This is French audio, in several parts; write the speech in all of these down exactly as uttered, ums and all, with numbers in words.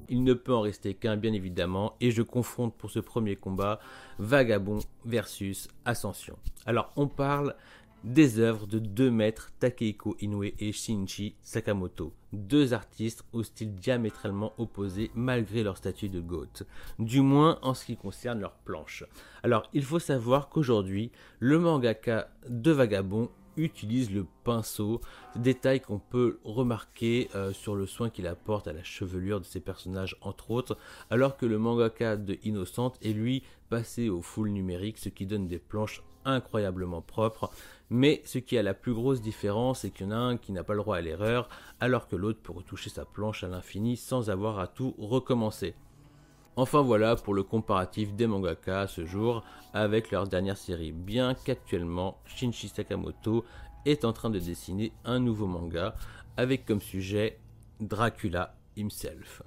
il ne peut en rester qu'un bien évidemment, et je confronte pour ce premier combat Vagabond versus Ascension. Alors on parle des œuvres de deux maîtres, Takehiko Inoue et Shinichi Sakamoto, deux artistes au style diamétralement opposé malgré leur statut de GOAT, du moins en ce qui concerne leurs planches. Alors il faut savoir qu'aujourd'hui, le mangaka de Vagabond utilise le pinceau, détail qu'on peut remarquer euh, sur le soin qu'il apporte à la chevelure de ses personnages entre autres, alors que le mangaka de Innocent est lui passé au full numérique, ce qui donne des planches incroyablement propres, mais ce qui a la plus grosse différence, c'est qu'il y en a un qui n'a pas le droit à l'erreur, alors que l'autre peut retoucher sa planche à l'infini sans avoir à tout recommencer. Enfin voilà pour le comparatif des mangaka à ce jour avec leur dernière série, bien qu'actuellement Shinichi Sakamoto est en train de dessiner un nouveau manga avec comme sujet Dracula himself.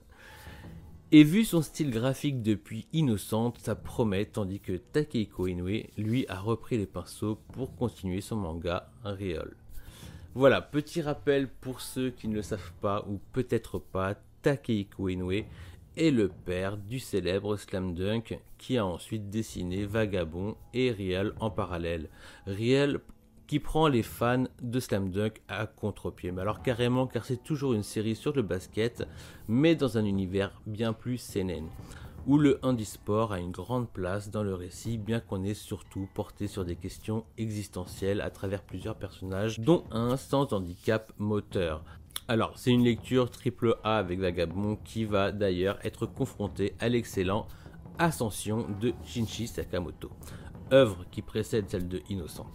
Et vu son style graphique depuis Innocent, ça promet, tandis que Takehiko Inoue, lui, a repris les pinceaux pour continuer son manga Real. Voilà, petit rappel pour ceux qui ne le savent pas ou peut-être pas, Takehiko Inoue est le père du célèbre Slam Dunk qui a ensuite dessiné Vagabond et Real en parallèle. Real qui prend les fans de Slam Dunk à contre-pied, mais alors carrément car c'est toujours une série sur le basket, mais dans un univers bien plus seinen, où le handisport a une grande place dans le récit, bien qu'on ait surtout porté sur des questions existentielles à travers plusieurs personnages, dont un sans handicap moteur. Alors, c'est une lecture triple A avec Vagabond qui va d'ailleurs être confronté à l'excellent Ascension de Shinichi Sakamoto, œuvre qui précède celle de Innocent.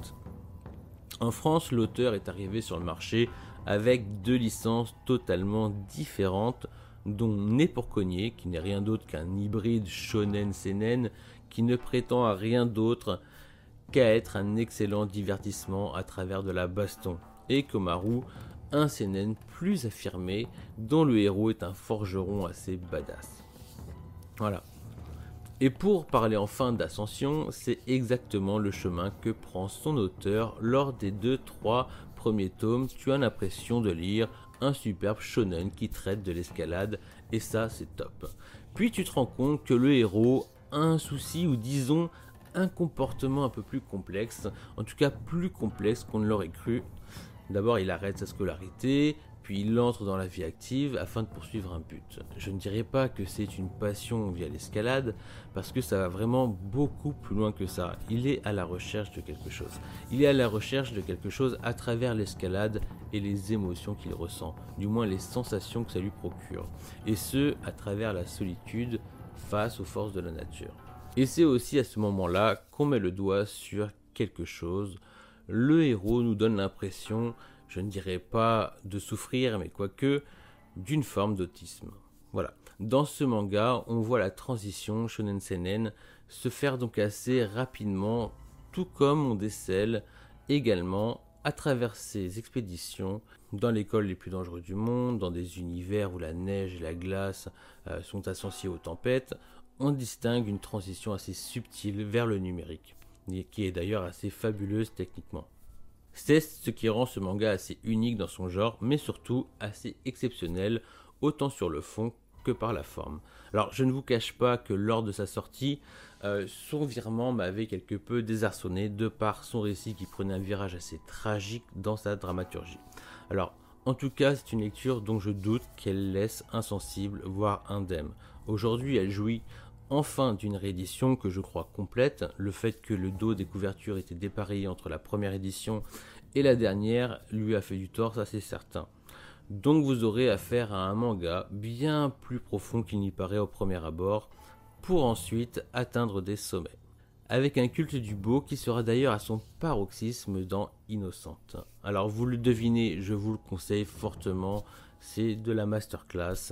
En France, l'auteur est arrivé sur le marché avec deux licences totalement différentes, dont Né pour cogner, qui n'est rien d'autre qu'un hybride shonen seinen qui ne prétend à rien d'autre qu'à être un excellent divertissement à travers de la baston, et Komaru, un seinen plus affirmé dont le héros est un forgeron assez badass. Voilà. Et pour parler enfin d'Ascension, c'est exactement le chemin que prend son auteur lors des deux trois premiers tomes. Tu as l'impression de lire un superbe shonen qui traite de l'escalade, et ça c'est top. Puis tu te rends compte que le héros a un souci, ou disons un comportement un peu plus complexe, en tout cas plus complexe qu'on ne l'aurait cru. D'abord il arrête sa scolarité, puis il entre dans la vie active afin de poursuivre un but. Je ne dirais pas que c'est une passion via l'escalade, parce que ça va vraiment beaucoup plus loin que ça. Il est à la recherche de quelque chose. Il est à la recherche de quelque chose à travers l'escalade et les émotions qu'il ressent, du moins les sensations que ça lui procure. Et ce, à travers la solitude face aux forces de la nature. Et c'est aussi à ce moment-là qu'on met le doigt sur quelque chose. Le héros nous donne l'impression, je ne dirais pas de souffrir, mais quoique, d'une forme d'autisme. Voilà. Dans ce manga, on voit la transition shonen seinen se faire donc assez rapidement, tout comme on décèle également à travers ces expéditions dans l'école les plus dangereuses du monde, dans des univers où la neige et la glace euh, sont associées aux tempêtes, on distingue une transition assez subtile vers le numérique, qui est d'ailleurs assez fabuleuse techniquement. C'est ce qui rend ce manga assez unique dans son genre, mais surtout assez exceptionnel, autant sur le fond que par la forme. Alors je ne vous cache pas que lors de sa sortie, euh, son virement m'avait quelque peu désarçonné de par son récit qui prenait un virage assez tragique dans sa dramaturgie. Alors en tout cas c'est une lecture dont je doute qu'elle laisse insensible, voire indemne. Aujourd'hui elle jouit enfin d'une réédition que je crois complète. Le fait que le dos des couvertures était dépareillé entre la première édition et la dernière lui a fait du tort, ça c'est certain. Donc vous aurez affaire à un manga bien plus profond qu'il n'y paraît au premier abord, pour ensuite atteindre des sommets. Avec un culte du beau qui sera d'ailleurs à son paroxysme dans Innocent. Alors vous le devinez, je vous le conseille fortement, c'est de la masterclass,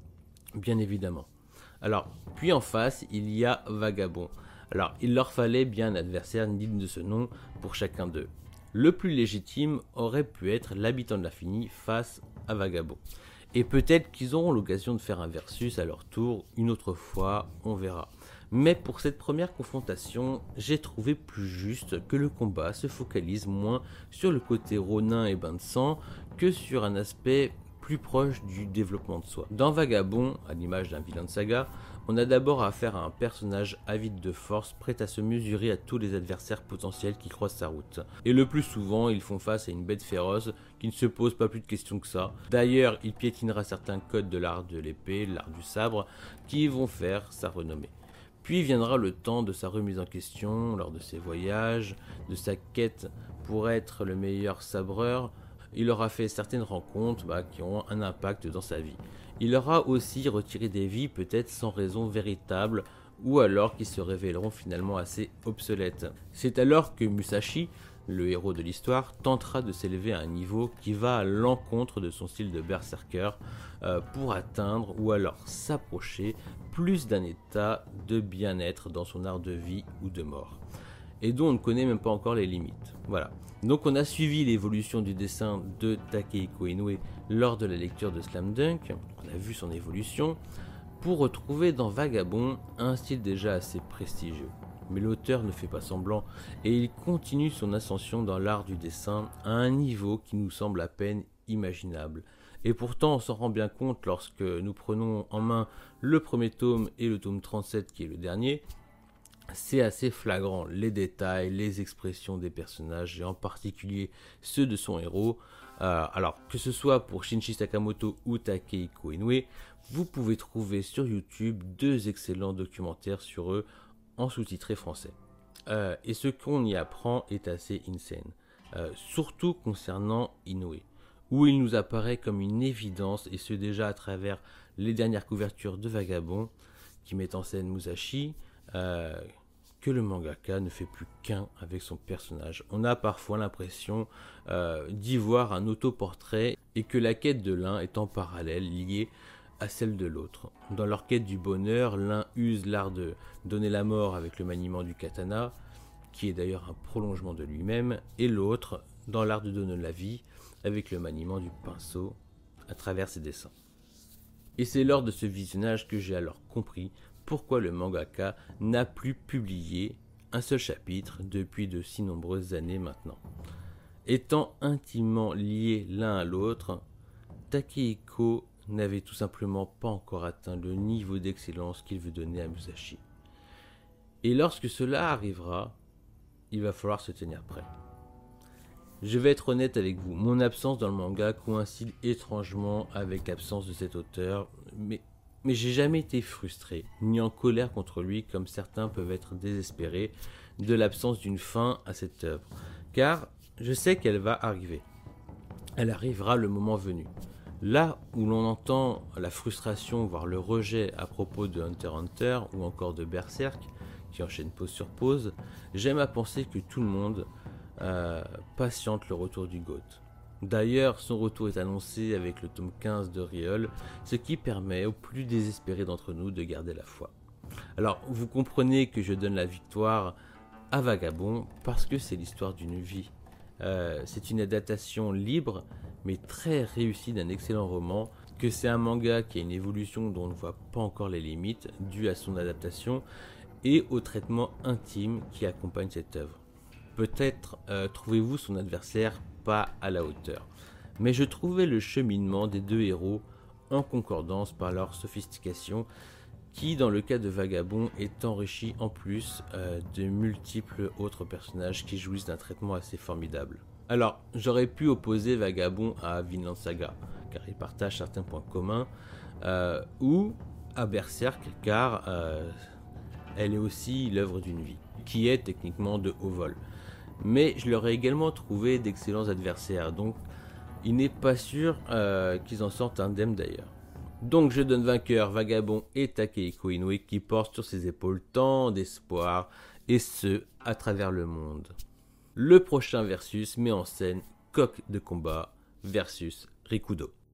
bien évidemment. Alors, puis en face, il y a Vagabond. Alors, il leur fallait bien un adversaire digne de ce nom pour chacun d'eux. Le plus légitime aurait pu être l'habitant de l'infini face à Vagabond. Et peut-être qu'ils auront l'occasion de faire un versus à leur tour, une autre fois, on verra. Mais pour cette première confrontation, j'ai trouvé plus juste que le combat se focalise moins sur le côté ronin et bain de sang que sur un aspect plus proche du développement de soi. Dans Vagabond, à l'image d'un vilain de saga, on a d'abord affaire à un personnage avide de force, prêt à se mesurer à tous les adversaires potentiels qui croisent sa route. Et le plus souvent, ils font face à une bête féroce qui ne se pose pas plus de questions que ça. D'ailleurs, il piétinera certains codes de l'art de l'épée, l'art du sabre, qui vont faire sa renommée. Puis viendra le temps de sa remise en question, lors de ses voyages, de sa quête pour être le meilleur sabreur. Il aura fait certaines rencontres bah, qui ont un impact dans sa vie. Il aura aussi retiré des vies peut-être sans raison véritable ou alors qui se révéleront finalement assez obsolètes. C'est alors que Musashi, le héros de l'histoire, tentera de s'élever à un niveau qui va à l'encontre de son style de berserker euh, pour atteindre ou alors s'approcher plus d'un état de bien-être dans son art de vie ou de mort, et dont on ne connaît même pas encore les limites. Voilà. Donc on a suivi l'évolution du dessin de Takehiko Inoue lors de la lecture de Slam Dunk, on a vu son évolution, pour retrouver dans Vagabond un style déjà assez prestigieux. Mais l'auteur ne fait pas semblant et il continue son ascension dans l'art du dessin à un niveau qui nous semble à peine imaginable. Et pourtant on s'en rend bien compte lorsque nous prenons en main le premier tome et le tome trente-sept qui est le dernier. C'est assez flagrant, les détails, les expressions des personnages et en particulier ceux de son héros. Euh, alors que ce soit pour Shinichi Sakamoto ou Takehiko Inoue, vous pouvez trouver sur YouTube deux excellents documentaires sur eux en sous-titré français. Euh, et ce qu'on y apprend est assez insane, euh, surtout concernant Inoue, où il nous apparaît comme une évidence, et ce déjà à travers les dernières couvertures de Vagabond, qui mettent en scène Musashi, euh, que le mangaka ne fait plus qu'un avec son personnage. On a parfois l'impression euh, d'y voir un autoportrait, et que la quête de l'un est en parallèle liée à celle de l'autre. Dans leur quête du bonheur, l'un use l'art de donner la mort avec le maniement du katana, qui est d'ailleurs un prolongement de lui-même, et l'autre dans l'art de donner la vie avec le maniement du pinceau à travers ses dessins. Et c'est lors de ce visionnage que j'ai alors compris pourquoi le mangaka n'a plus publié un seul chapitre depuis de si nombreuses années maintenant. Étant intimement liés l'un à l'autre, Takehiko n'avait tout simplement pas encore atteint le niveau d'excellence qu'il veut donner à Musashi. Et lorsque cela arrivera, il va falloir se tenir prêt. Je vais être honnête avec vous, mon absence dans le manga coïncide étrangement avec l'absence de cet auteur, mais, mais j'ai jamais été frustré, ni en colère contre lui comme certains peuvent être désespérés de l'absence d'une fin à cette œuvre, car je sais qu'elle va arriver. Elle arrivera le moment venu. Là où l'on entend la frustration, voire le rejet à propos de Hunter x Hunter ou encore de Berserk, qui enchaîne pause sur pause, j'aime à penser que tout le monde euh, patiente le retour du GOAT. D'ailleurs, son retour est annoncé avec le tome quinze de Riol, ce qui permet aux plus désespérés d'entre nous de garder la foi. Alors, vous comprenez que je donne la victoire à Vagabond parce que c'est l'histoire d'une vie. Euh, c'est une adaptation libre, mais très réussie d'un excellent roman, que c'est un manga qui a une évolution dont on ne voit pas encore les limites, due à son adaptation et au traitement intime qui accompagne cette œuvre. Peut-être euh, trouvez-vous son adversaire pas à la hauteur, mais je trouvais le cheminement des deux héros en concordance par leur sophistication, qui dans le cas de Vagabond est enrichi en plus euh, de multiples autres personnages qui jouissent d'un traitement assez formidable. Alors, j'aurais pu opposer Vagabond à Vinland Saga, car ils partagent certains points communs, euh, ou à Berserk, car euh, elle est aussi l'œuvre d'une vie, qui est techniquement de haut vol. Mais je leur ai également trouvé d'excellents adversaires, donc il n'est pas sûr euh, qu'ils en sortent indemnes d'ailleurs. Donc je donne vainqueur Vagabond et Takehiko Inoue qui portent sur ses épaules tant d'espoir, et ce, à travers le monde. Le prochain versus met en scène Coq de combat versus Rikudo.